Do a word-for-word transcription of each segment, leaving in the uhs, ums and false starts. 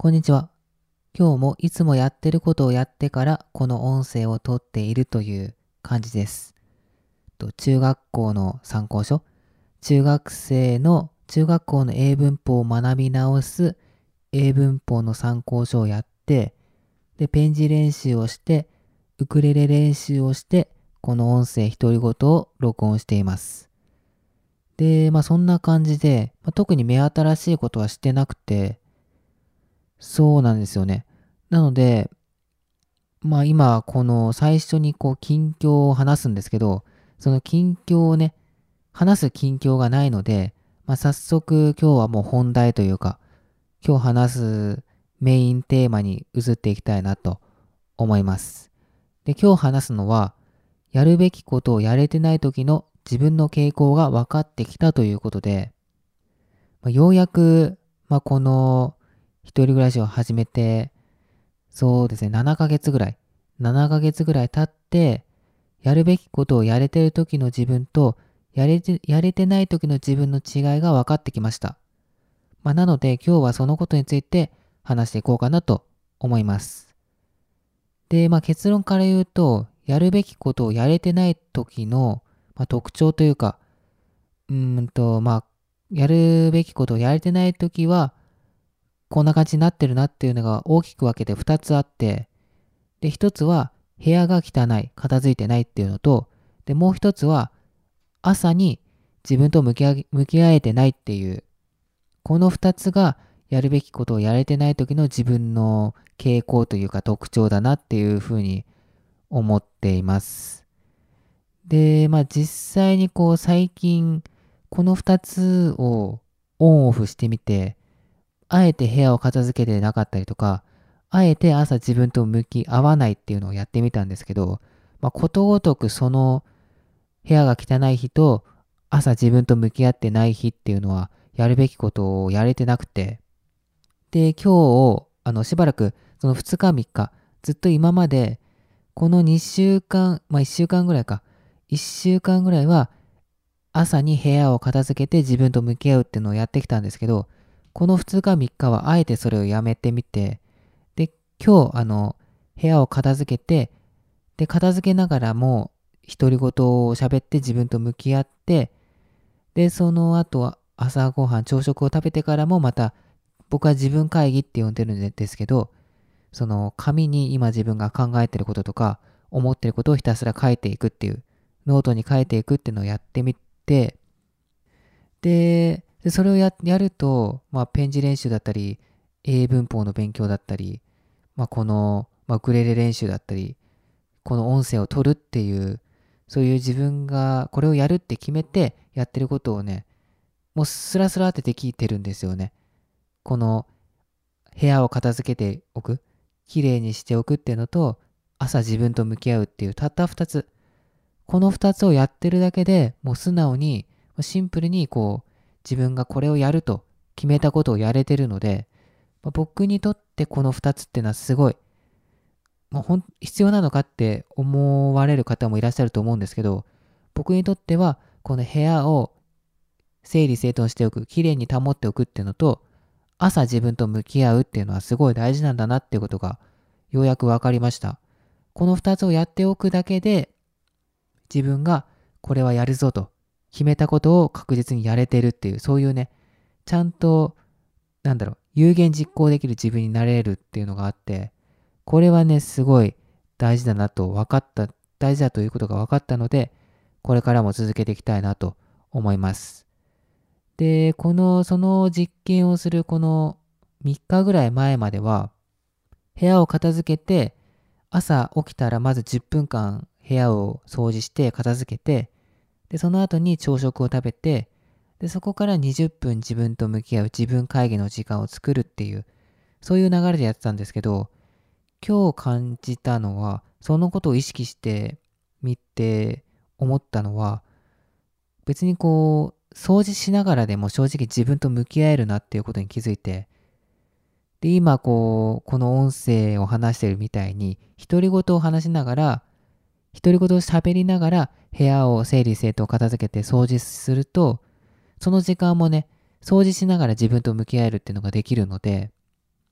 こんにちは。今日もいつもやってることをやってからこの音声を撮っているという感じです。と中学校の参考書、中学生の中学校の英文法を学び直す英文法の参考書をやって、で、ペン字練習をして、ウクレレ練習をして、この音声独り言を録音しています。で、まあそんな感じで、まあ、特に目新しいことはしてなくて、そうなんですよね。なので、まあ今、この最初にこう近況を話すんですけど、その近況をね、話す近況がないので、まあ早速今日はもう本題というか、今日話すメインテーマに移っていきたいなと思います。で、今日話すのは、やるべきことをやれてない時の自分の傾向が分かってきたということで、まあ、ようやく、まあこの一人暮らしを始めて、そうですね、ななかげつぐらい、ななかげつぐらい経って、やるべきことをやれてる時の自分と、やれて、やれてない時の自分の違いが分かってきました。まあ、なので今日はそのことについて話していこうかなと思います。で、まあ、結論から言うと、やるべきことをやれてない時の、まあ、特徴というか、うーんと、まあ、やるべきことをやれてない時は、こんな感じになってるなっていうのが大きく分けてふたつあって、で、一つは部屋が汚い、片付いてないっていうのと、で、もう一つは朝に自分と向き合い向き合えてないっていう、この二つがやるべきことをやれてない時の自分の傾向というか特徴だなっていうふうに思っています。で、まあ実際にこう最近この二つをオンオフしてみて、あえて部屋を片付けてなかったりとか、あえて朝自分と向き合わないっていうのをやってみたんですけど、まあ、ことごとくその部屋が汚い日と朝自分と向き合ってない日っていうのはやるべきことをやれてなくて、で、今日、あの、しばらくそのふつかみっか、ずっと今までこのにしゅうかん、まあいっしゅうかんぐらいか、いっしゅうかんぐらいは朝に部屋を片付けて自分と向き合うっていうのをやってきたんですけど、このふつかみっかはあえてそれをやめてみて、で、今日、あの、部屋を片付けて、で、片付けながらも、独り言を喋って自分と向き合って、で、その後は朝ごはん、朝食を食べてからもまた、僕は自分会議って呼んでるんですけど、その紙に今自分が考えてることとか、思ってることをひたすら書いていくっていう、ノートに書いていくっていうのをやってみて、で、でそれをややると、まあ、ペン字練習だったり、英文法の勉強だったり、まあ、この、まあ、ウクレレ練習だったり、この音声を取るっていう、そういう自分がこれをやるって決めてやってることをね、もうスラスラってできてるんですよね。この部屋を片付けておく、きれいにしておくっていうのと、朝自分と向き合うっていうたったふたつ。このふたつをやってるだけでもう素直に、シンプルにこう、自分がこれをやると決めたことをやれてるので、まあ僕にとってこのふたつっていうのはすごい、まあ、ほん必要なのかって思われる方もいらっしゃると思うんですけど、僕にとってはこの部屋を整理整頓しておく、きれいに保っておくっていうのと、朝自分と向き合うっていうのはすごい大事なんだなっていうことがようやく分かりました。このふたつをやっておくだけで、自分がこれはやるぞと決めたことを確実にやれてるっていう、そういうね、ちゃんと、なんだろう、有言実行できる自分になれるっていうのがあって、これはね、すごい大事だなと分かった、大事だということが分かったので、これからも続けていきたいなと思います。で、この、その実験をするこのみっかぐらい前までは、部屋を片付けて、朝起きたらまずじゅっぷんかん部屋を掃除して片付けて、で、その後に朝食を食べて、で、そこからにじゅっぷん自分と向き合う自分会議の時間を作るっていう、そういう流れでやってたんですけど、今日感じたのは、そのことを意識してみて思ったのは、別にこう、掃除しながらでも正直自分と向き合えるなっていうことに気づいて、で、今こう、この音声を話してるみたいに、独り言を話しながら、独り言を喋りながら部屋を整理整頓片付けて掃除すると、その時間もね、掃除しながら自分と向き合えるっていうのができるので、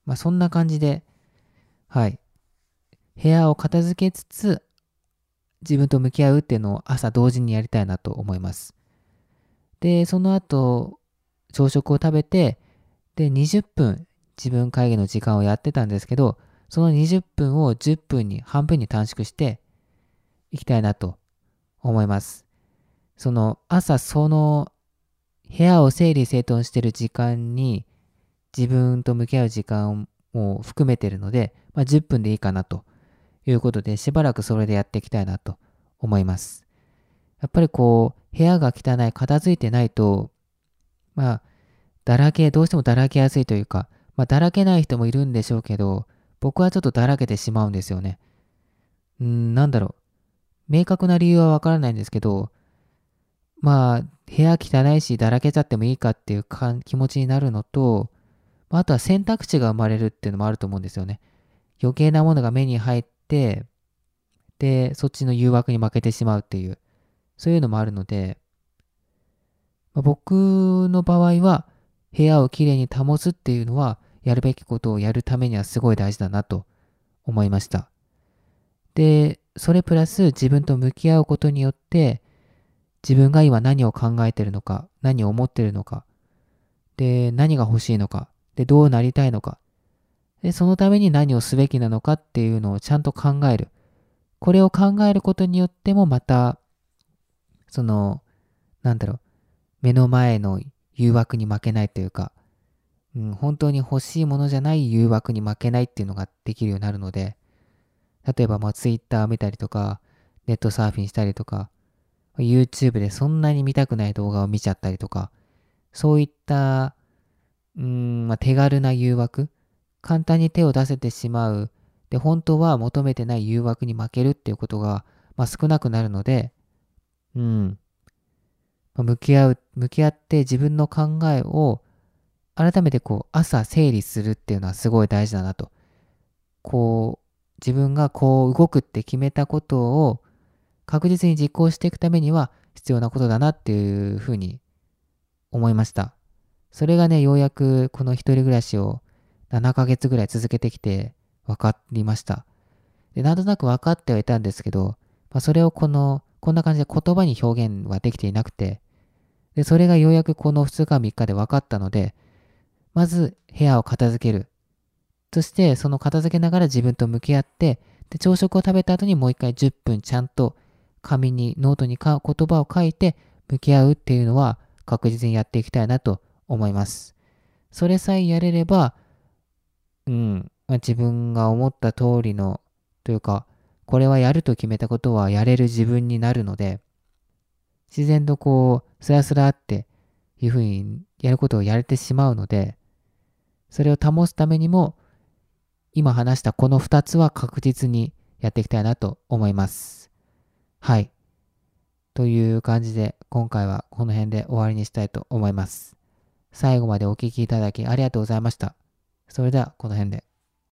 まあそんな感じで、はい。部屋を片付けつつ、自分と向き合うっていうのを朝同時にやりたいなと思います。で、その後、朝食を食べて、で、にじゅっぷん自分会議の時間をやってたんですけど、そのにじゅっぷんをじゅっぷんに半分に短縮していきたいなと思います。その朝その部屋を整理整頓してる時間に自分と向き合う時間を含めてるので、まあ、じゅっぷんでいいかなということで、しばらくそれでやっていきたいなと思います。やっぱりこう、部屋が汚い、片付いてないと、まあ、だらけ、どうしてもだらけやすいというか、まあ、だらけない人もいるんでしょうけど、僕はちょっとだらけてしまうんですよね。うーん、なんだろう。明確な理由はわからないんですけど、まあ、部屋汚いし、だらけちゃってもいいかっていうか気持ちになるのと、まああとは選択肢が生まれるっていうのもあると思うんですよね。余計なものが目に入って、で、そっちの誘惑に負けてしまうっていう、そういうのもあるので、まあ、僕の場合は、部屋をきれいに保つっていうのは、やるべきことをやるためにはすごい大事だなと思いました。で、それプラス自分と向き合うことによって、自分が今何を考えているのか、何を思っているのか、で、何が欲しいのか、で、どうなりたいのか、で、そのために何をすべきなのかっていうのをちゃんと考える。これを考えることによってもまた、その、なんだろう、目の前の誘惑に負けないというか、うん、本当に欲しいものじゃない誘惑に負けないっていうのができるようになるので、例えばまあ Twitter 見たりとか、ネットサーフィンしたりとか、YouTube でそんなに見たくない動画を見ちゃったりとか、そういった、うーん、まあ、手軽な誘惑、簡単に手を出せてしまう、で、本当は求めてない誘惑に負けるっていうことが、まあ、少なくなるので、うん、まあ向き合う、向き合って自分の考えを改めてこう朝整理するっていうのはすごい大事だなと。こう、自分がこう動くって決めたことを確実に実行していくためには必要なことだなっていうふうに思いました。それがね、ようやくこの一人暮らしをななかげつぐらい続けてきて分かりました。で、なんとなく分かってはいたんですけど、まあ、それをこの、こんな感じで言葉に表現はできていなくて、で、それがようやくこのふつかみっかで分かったので、まず部屋を片付ける。そして、その片付けながら自分と向き合って、で、朝食を食べた後にもう一回じゅっぷんちゃんと紙に、ノートにか言葉を書いて向き合うっていうのは確実にやっていきたいなと思います。それさえやれれば、うん、まあ、自分が思った通りの、というか、これはやると決めたことはやれる自分になるので、自然とこう、スラスラっていうふうにやることをやれてしまうので、それを保つためにも、今話したこのふたつは確実にやっていきたいなと思います。はい。という感じで、今回はこの辺で終わりにしたいと思います。最後までお聞きいただきありがとうございました。それではこの辺で。